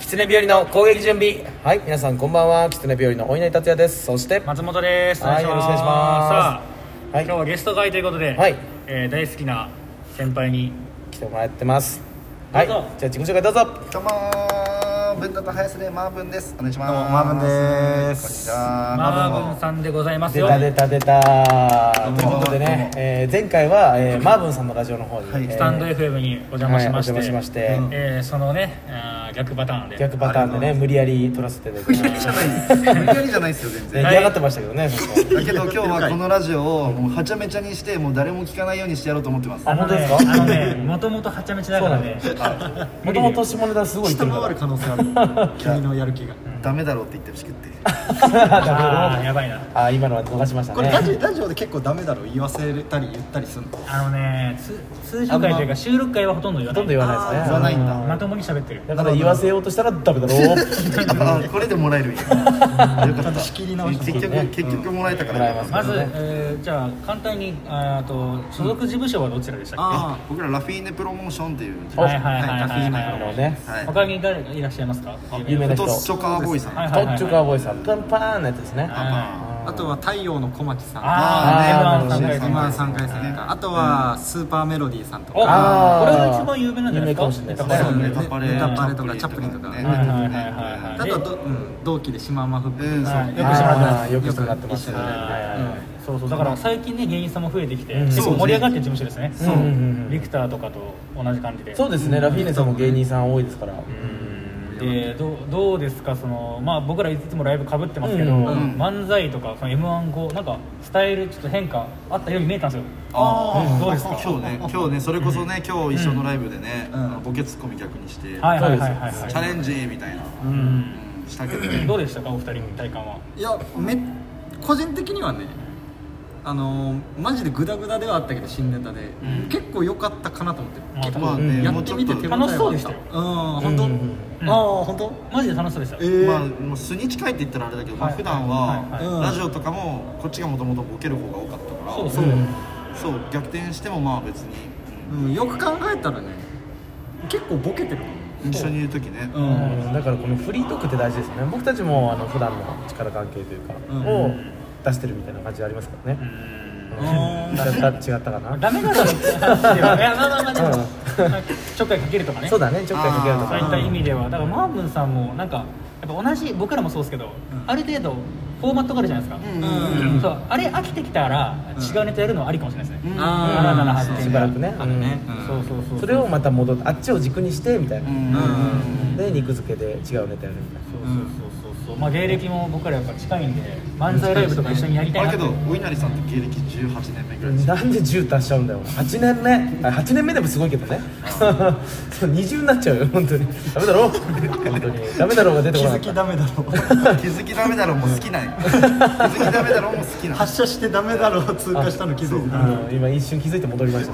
狐日和の攻撃準備。はい、皆さんこんばんは。狐日和のお稲荷達也です。そして松本です。 はい、よろしくお願いします。 さあ、 はい、 今日はゲスト会ということで、 はい、 大好きな先輩に来てもらってます。はい、じゃあ自己紹介どうぞ。 どうも文太と林でマーブンです。お願いします。 どうもマーブンです。 こんにちは。 マーブンさんでございますよ。 出たということでね、前回は、マーブンさんのラジオの方に、 スタンド FM にお邪魔しまして、 お邪魔しまして、 そのね逆パターンでね無理やり撮らせていただきました。 無理やりじゃないですよ全然。 嫌がってましたけどね。 だけど今日はこのラジオをもうはちゃめちゃにしてもう誰も聞かないようにしてやろうと思ってます。 あ、本当ですか？ もともとはちゃめちゃだからね。 もともと下ネタすごい下回る可能性ある。君のやる気が。 ダメだろうって言ってほしくって。 やばいな。 あ、今のは逃しましたね。 これラジオで結構ダメだろう言わせたり言ったりするの。 通常会というか収録会はほとんど言わない。 ほとんど言わないですね。 言わないんだ。 まともに喋ってる。 だから言わせようとしたらダメだろう。 これでもらえるんや。よかった。 仕切り直し。 結局もらえたから。 まずじゃあ簡単に所属事務所はどちらでしたっけ？ 僕らラフィーネプロモーションっていう。 はい。 ラフィーネプロモね。 他に誰がいらっしゃいますか？ 有名な人。 トッチョカーボーイさん。 トッチョカーボーイさん。パンパーンのやつですね。 あとは太陽の小町さん。 M1 3回戦か。あとはスーパーメロディーさんとか。 これが一番有名なんじゃないですか？ 有名かもしれないですね。 ネタパレとかチャップリンとか。 あとは同期で島間フック。 よくしてもらってますね。 そうだから最近ね芸人さんも増えてきて結構盛り上がってる事務所ですね。ビクターとかと同じ感じで。 そうですね。ラフィーネさんも芸人さん多いですから。 でどうですか、僕らいつもライブかぶってますけど、漫才とかM1 後なんかスタイルちょっと変化あったように見えたんですよ。どうですか？ 今日ねそれこそね今日一緒のライブでねボケツッコミ逆にしてチャレンジみたいなしたけどね。 どうでしたかお二人の体感は？ いや個人的にはねマジでグダグダではあったけど新ネタで結構良かったかなと思って結構やってみて手応え楽しそうでしたよ。 本当？本当？ マジで楽しそうでした。 もう素に近いって言ったらあれだけど普段はラジオとかもこっちがもともとボケる方が多かったからそう逆転しても別によく考えたらね結構ボケてる一緒にいる時ね。 だからこのフリートークって大事ですよね。僕たちも普段の力関係というかを出してるみたいな感じありますからね。違ったかな。ダメだろって話ではちょっかいかけるとかね。 そうだね、ちょっかいかけるとかそういった意味ではだからマーブンさんもなんかやっぱ同じ僕らもそうですけどある程度フォーマットがあるじゃないですか。そうあれ飽きてきたら違うネタやるのはありかもしれないですね。新たな発展しばらくね。それをまた戻ってあっちを軸にしてみたいな。で肉付けで違うネタやるみたいな。 芸歴も僕らやっぱ近いんで漫才ライブとか一緒にやりたいな。 だけどお稲荷さんって芸歴18年目ぐらいです。 なんで10足しちゃうんだよ。8年目でもすごいけどね。20になっちゃうよ本当に。ダメだろう。本当にダメだろうが出てこなかった。 気づきダメだろう。 気づきダメだろうも好きな。気づきダメだろうも好きな。 発射してダメだろう通過したの気づいて。 今一瞬気づいて戻りました。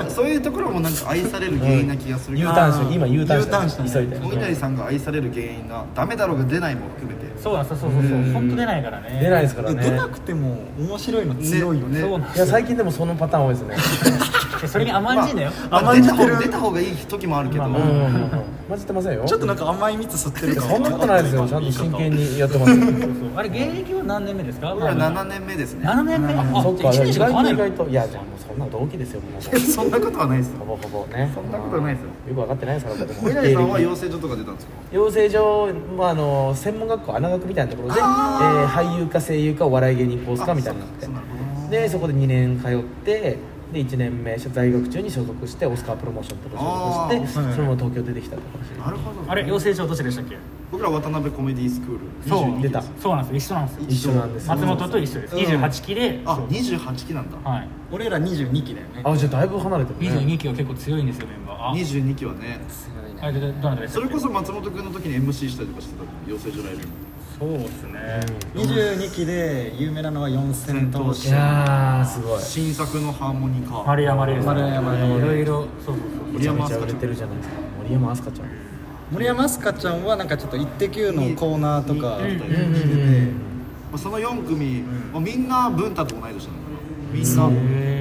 そういうところもなんか愛される原因な気がする。 U ターンして U ターンして急いで。 お稲荷さんが愛される原因がダメだろうが出ないも含めて。 そう本当出ないからね。 出ないですからね。 出なくても面白いの強いよね。 いや最近でもそのパターン多いですね。 それに甘んじんだよ。 出た方がいい時もあるけど。 混じってませんよ。 ちょっとなんか甘い蜜吸ってるかも。 そんなことないですよ。ちゃんと真剣にやってます。 あれ芸歴は何年目ですか？ 僕ら7年目ですね。 7年目。 そっか。 1年しか変わらない。 意外といやじゃあもうそんな同期ですよ。 そんなことはないですよ。 ほぼね。 そんなことはないですよ。 よく分かってないですから。 お稲荷さんは養成所とか出たんですか？ 養成所は専門学校穴学みたいなところで俳優か声優かお笑い芸人コースかみたいになってでそこで2年通ってで1年目在学中に所属してオスカープロモーションとか所属してそのまま東京出てきたとか。 なるほど。 あれ養成所どっちでしたっけ？ 僕ら渡辺コメディスクール。 そう出た。 そうなんですよ。 一緒なんですよ。 松本と一緒です。28期で。 28期なんだ。 はい。 俺ら22期だよね。 じゃあだいぶ離れてるね。 22期は結構強いんですよメンバー。 22期はね。 あれどなたですか？ それこそ松本君の時に MC したりとかしてた養成所ライブ。 そうですね。 22期で有名なのは四千頭身。 いやすごい。 新作のハーモニカ。 丸山レース。いろいろ森山明日香ちゃん売れてるじゃないですか。森山明日香ちゃん。 森山明日香ちゃんはなんかちょっとイッテ Q のコーナーとか出てて、その4組みんな文太と同い年なの。みんな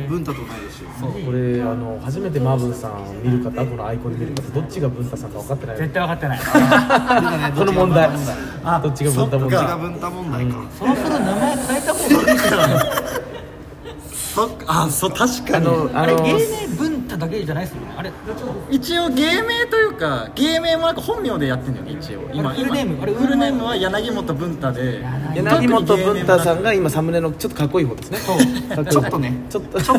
文太と同い年。 これ初めてマーブンさん見る方、このアイコンで見る方、どっちが文太さんか分かってない。 絶対分かってないこの問題、どっちが文太問題。 どっちが文太問題か。 そろそろ名前変えた方がいいですよ確かにあれ芸名文太だけじゃないですよね。あれ一応芸名というか芸名もなんか本名でやってんだよね一応。今フルネームは柳本文太で、 柳本文太さんが今サムネのちょっとかっこいい方ですね。 ちょっとね、 ちょっとですか。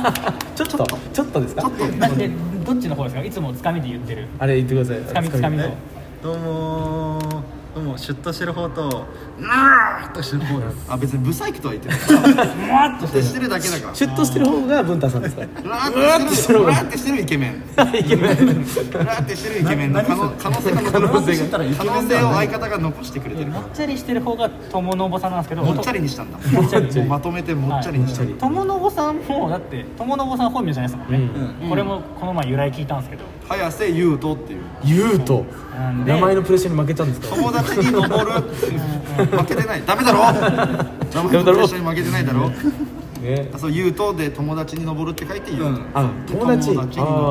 でどっちの方ですか。いつもつかみで言ってる。 あれ言ってください。 つかみの。 どうもシュッとしてる方となーっとしてる方です。 別にブサイクとは言ってない。 もわっとしてるだけだから。 シュッとしてる方が文太さんですか。 うわーってしてるイケメン。 イケメン。 うわーってしてるイケメンの可能性を相方が残してくれてるから。 もっちゃりしてる方が友のぼさんなんですけど。 もっちゃりにしたんだ。まとめてもっちゃりにした。 友のぼさんもだって友のぼさん本名じゃないですもんね。これもこの前由来聞いたんですけど。 早瀬優斗っていう。 優斗。名前のプレッシャーに負けちゃうんですか。 友達に登る。負けてない。ダメだろ。名前のプレッシャーに負けてないだろ。そう優斗で友達に登るって書いて優斗。 友達に登る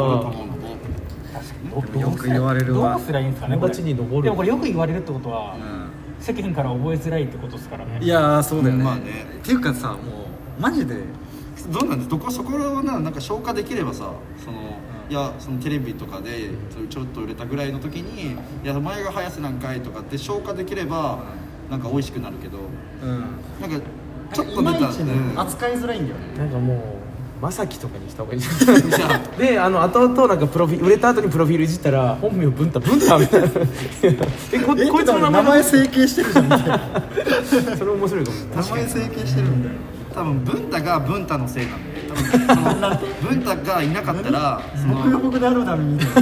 よく言われるわ。 どうすりゃいいんですかね。 友達に登る。 でもこれよく言われるってことは世間から覚えづらいってことですからね。 いやそうだよね。 まあね。 っていうかさ、もうマジでどうなんです。そこはなんか消化できればさ、いやそのテレビとかでちょっと売れたぐらいの時にいやお前が早瀬なんかいとかって消化できればなんか美味しくなるけど、なんかちょっと出た扱いづらいんだよね。 なんかもうまさきとかにした方がいいじゃん。で後々なんか売れた後にプロフィールいじったら本名文太みたいな。こいつの名前整形してるじゃんみたいな。 それ面白いかも。 名前整形してるんだよ。 多分文太が文太のせいなんで、文太がいなかったら僕であるために違う尾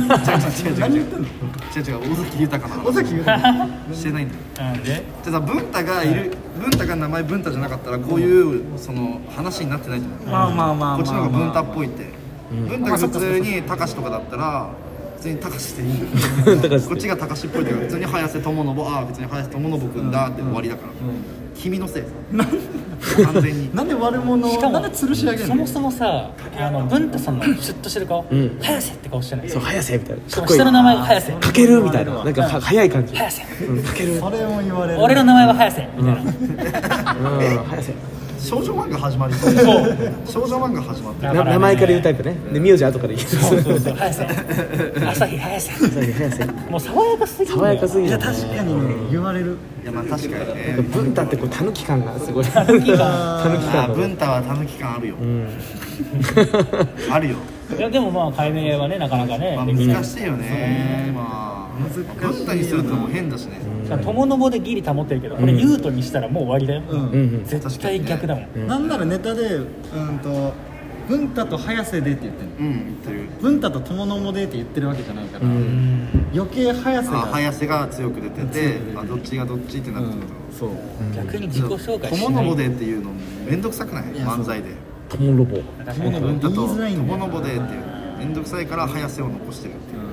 崎豊なの。尾崎豊してないんだよ。じゃあ文太が名前文太じゃなかったらこういう話になってないじゃない。 まあこっちの方が文太っぽいって。文太が普通に高志とかだったら普通に高志でいいんだよ。こっちが高志っぽいって普通に早瀬智信、別に早瀬智信君だって終わりだから。君のせい。完全に。 なんで悪者をなんで吊るし上げるの。 そもそもさ文太さんのシュッとしてる顔、早瀬って顔してない。 そう早瀬みたいな。 下の名前が早瀬。 かけるみたいな。なんか早い感じ。 早瀬。 かける。 それも言われる。 俺の名前は早瀬みたいな。 早瀬。少女漫画始まりそう。少女漫画始まってる。 名前から言うタイプね。で名字後から言う。 そう早瀬。朝日早瀬。もう爽やかすぎる。 爽やかすぎる。 いや確かにね言われる。 いやまあ確かにね。 文太ってたぬき感がすごい。 たぬき感。 文太はたぬき感あるよ。あるよ。 いやでもまあ解明はねなかなかね。 難しいよね。まあ文太にするとも変だしね。 友のぼでギリ保ってるけどこれ優斗にしたらもう終わりだよ。絶対逆だもん。 なんならネタで文太と早瀬でって言ってる。 言ってる。 文太と友のぼでって言ってるわけじゃないから余計早瀬が強く出ててどっちがどっちってなってると。 そう逆に自己紹介しない。 友のぼでっていうのめんどくさくない漫才で。 友のぼ。 文太と友のぼでっていうめんどくさいから早瀬を残してるっていう。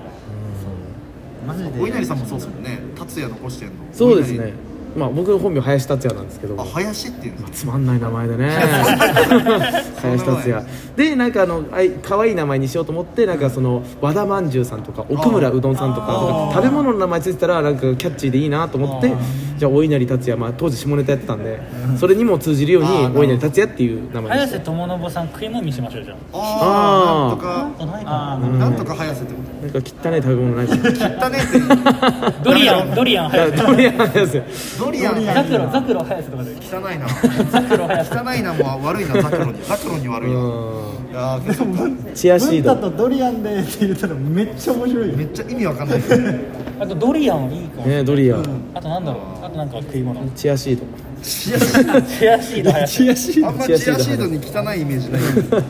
お稲荷さんもそうですもんね。達也残してんの。 そうですね。まあ僕の本名林達也なんですけど。 林っていうんですか。 つまんない名前でね。林達也でなんか可愛い名前にしようと思ってなんか和田まんじゅうさんとか奥村うどんさんとか食べ物の名前ついてたらなんかキャッチーでいいなと思ってじゃあお稲荷達也当時下ネタやってたんでそれにも通じるようにお稲荷達也っていう名前早瀬智信さん食い物にしましょうじゃなんとか早瀬ってこと。 なんか汚い食べ物ないですか。 汚ねってドリアン早瀬。 ドリアンザクロ早瀬とかで汚いな。 ザクロ早瀬。 汚いなもう悪いなザクロに悪いな。いやチアシード。 文太とドリアンでって言ったらめっちゃ面白いよ。 めっちゃ意味わかんない。 あとドリアンいいかも。 ねドリアン。 あとなんだろう。あとなんか食い物。 チアシード。 チアシード早瀬。 あんまチアシードに汚いイメージない。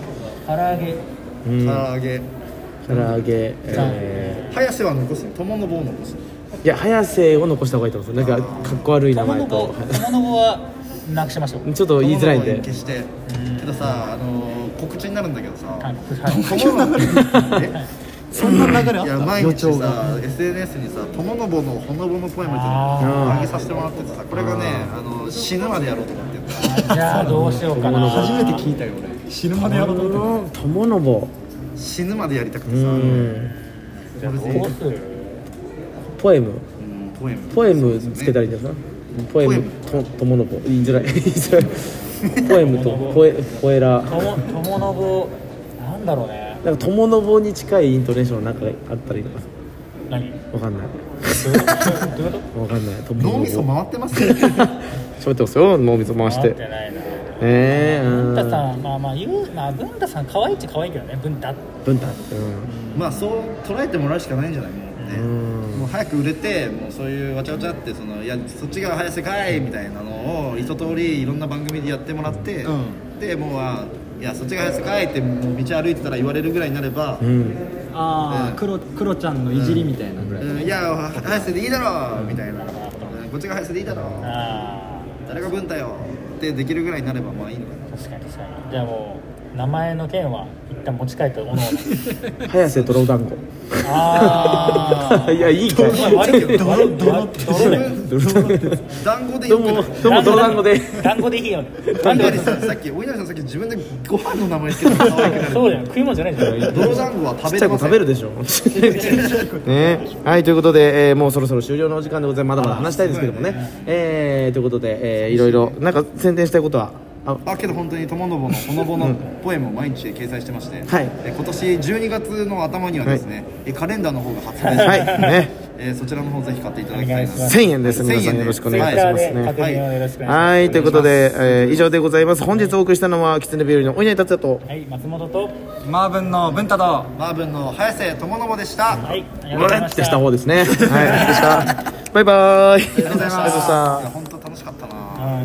唐揚げ。 早瀬は残す。友の棒を残す。 いや早瀬を残した方がいいと思うんですよ。なんかかっこ悪い名前と。 友の棒はなくしましょう。 ちょっと言いづらいんで。 消して。けどさ告知になるんだけどさ。 そんな流れあった。 いや毎日予兆がさ SNS にさ友のぼのほのぼのポエムっていうのを上げさせてもらっててさ、これがね死ぬまでやろうと思ってる。 じゃあどうしようかな。 初めて聞いたよ俺。死ぬまでやろうと思って友のぼ死ぬまでやりたくてさ、 じゃあどうする？ ポエムポエムつけたらいいんだよな。ポエムと友のぼ言いづらいポエムとポエラ友のぼなんだろうね。 なんか友のぼに近いイントネーションの中があったらいいのかな。 何？ わかんないどういうこと？ わかんない。 脳みそ回ってますね喋ってますよ、脳みそ回して。 回ってないな。 文文太さん文太さん可愛いっちゃ可愛いけどね。文太。 まあそう捉えてもらうしかないんじゃないもうね。もう早く売れて、もうそういうわちゃわちゃっていやそっちが早瀬かいみたいなのを一通りいろんな番組でやってもらって、でもういやそっちが早瀬かいってもう道歩いてたら言われるぐらいになれば、 クロちゃんのいじりみたいなぐらい、 いや早瀬でいいだろみたいな、こっちが早瀬でいいだろ誰が文太よってできるぐらいになればまあいいのかな。 確かにじゃあもう名前の件は一旦持ち帰っておのおの早瀬泥団子いやいいか悪いけど泥団子でいいのかな。 どうも泥団子で団子でいいよ。 お稲荷さんさっき自分でご飯の名前つけたら可愛くなる。 そうだよ、食い物じゃないじゃん。 泥団子は食べちっちゃい子食べるでしょね。はいということで、もうそろそろ終了のお時間でございます。まだまだ話したいですけどもね。ということで、いろいろなんか宣伝したいことはけど本当に友のぼのほのぼのポエムを毎日掲載してまして、 はい、 今年12月の頭にはですね、カレンダーの方が発売はいね、 そちらの方ぜひ買っていただきたいな。 1000円です。皆さんよろしくお願いしますね。 はいということで、以上でございます。本日お送りしたのは狐日和のお稲荷達也と、 はい、松本とマーブンの文太とマーブンの早瀬友のぼでした。 はい、 ブレッてした方ですね。はい、でした。バイバーイ。 ありがとうございました。